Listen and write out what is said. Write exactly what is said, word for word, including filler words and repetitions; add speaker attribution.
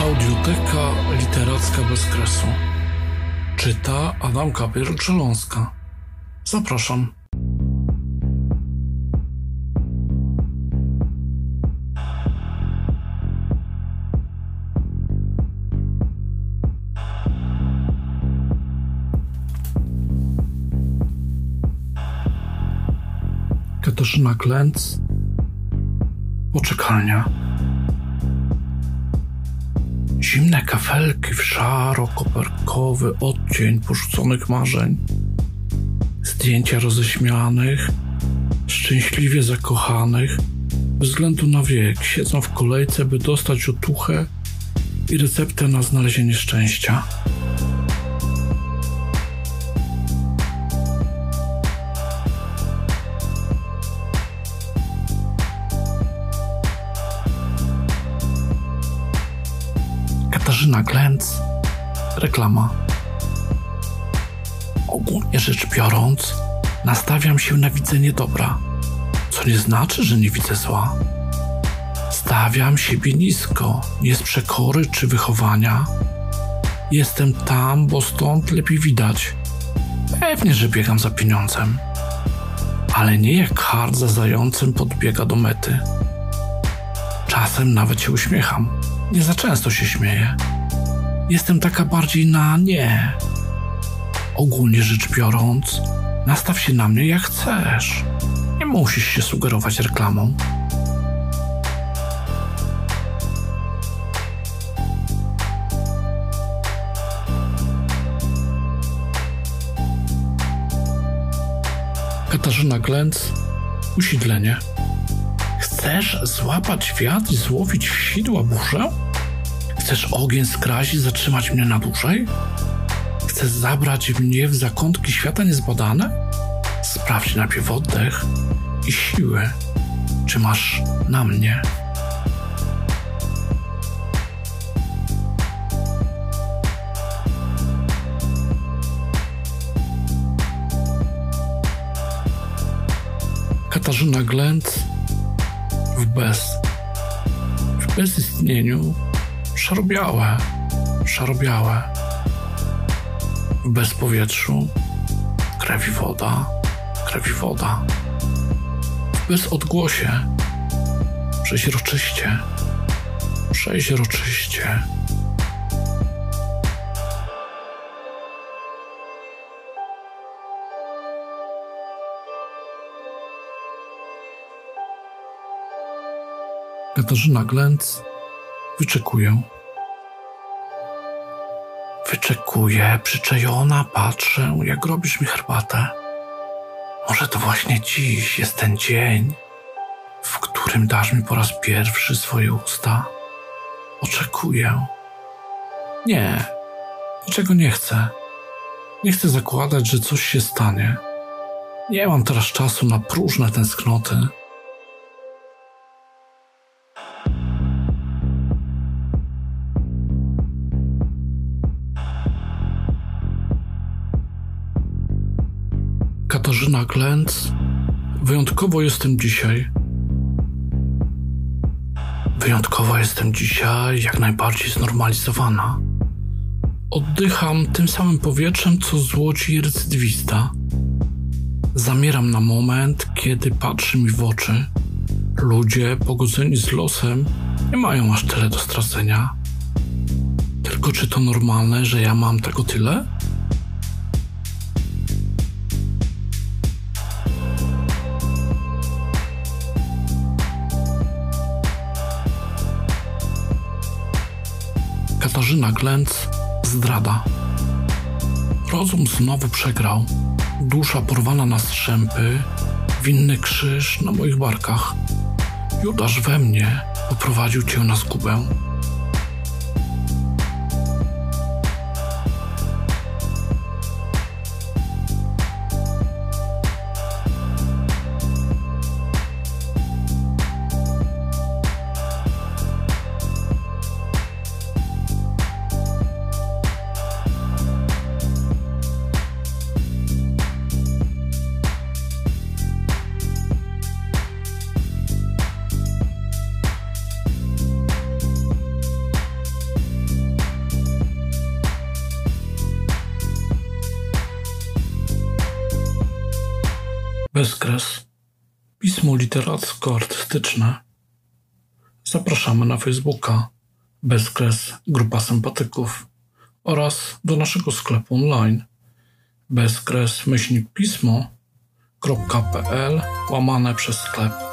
Speaker 1: Audioteka literacka bez kresu. Czyta Adam Kapierl-Grzeląska. Zapraszam. Katarzyna Glęc. Poczekalnia. Zimne kafelki w szaro-koperkowy odcień porzuconych marzeń. Zdjęcia roześmianych, szczęśliwie zakochanych, bez względu na wiek, siedzą w kolejce, by dostać otuchę i receptę na znalezienie szczęścia. Katarzyna Glęc. Reklama. Ogólnie rzecz biorąc, nastawiam się na widzenie dobra, co nie znaczy, że nie widzę zła. Stawiam siebie nisko, nie z przekory czy wychowania. Jestem tam, bo stąd lepiej widać. Pewnie, że biegam za pieniądzem, ale nie jak hart za zającem podbiega do mety. Czasem nawet się uśmiecham. Nie za często się śmieję. Jestem taka bardziej na nie. Ogólnie rzecz biorąc, nastaw się na mnie jak chcesz. Nie musisz się sugerować reklamą. Katarzyna Glęc. Usidlenie. Chcesz złapać wiatr i złowić w sidła burzę? Chcesz ogień skraść i zatrzymać mnie na dłużej? Chcesz zabrać mnie w zakątki świata niezbadane? Sprawdź najpierw oddech i siły, czy masz na mnie. Katarzyna Glęc. W bez. W bezistnieniu szarobiałe, szarobiałe. W bezpowietrzu krew i woda, krew i woda. W bezodgłosie przeźroczyście, przeźroczyście. Katarzyna Glęc. Wyczekuję. Wyczekuję, przyczajona, patrzę, jak robisz mi herbatę. Może to właśnie dziś jest ten dzień, w którym dasz mi po raz pierwszy swoje usta. Oczekuję. Nie, niczego nie chcę. Nie chcę zakładać, że coś się stanie. Nie mam teraz czasu na próżne tęsknoty. Katarzyna Glęc. Wyjątkowo jestem dzisiaj. Wyjątkowo jestem dzisiaj jak najbardziej znormalizowana. Oddycham tym samym powietrzem, co złodziej recydywista. Zamieram na moment, kiedy patrzy mi w oczy. Ludzie pogodzeni z losem nie mają aż tyle do stracenia. Tylko czy to normalne, że ja mam tego tyle? Katarzyna Glęc. Zdrada. Rozum znowu przegrał. Dusza porwana na strzępy. Winny krzyż na moich barkach. Judasz we mnie poprowadził cię na zgubę. Bezkres. Pismo literacko-artystyczne. Zapraszamy na Facebooka Bezkres Grupa Sympatyków oraz do naszego sklepu online bezkres myślnik pismo kropka p l łamane przez sklep.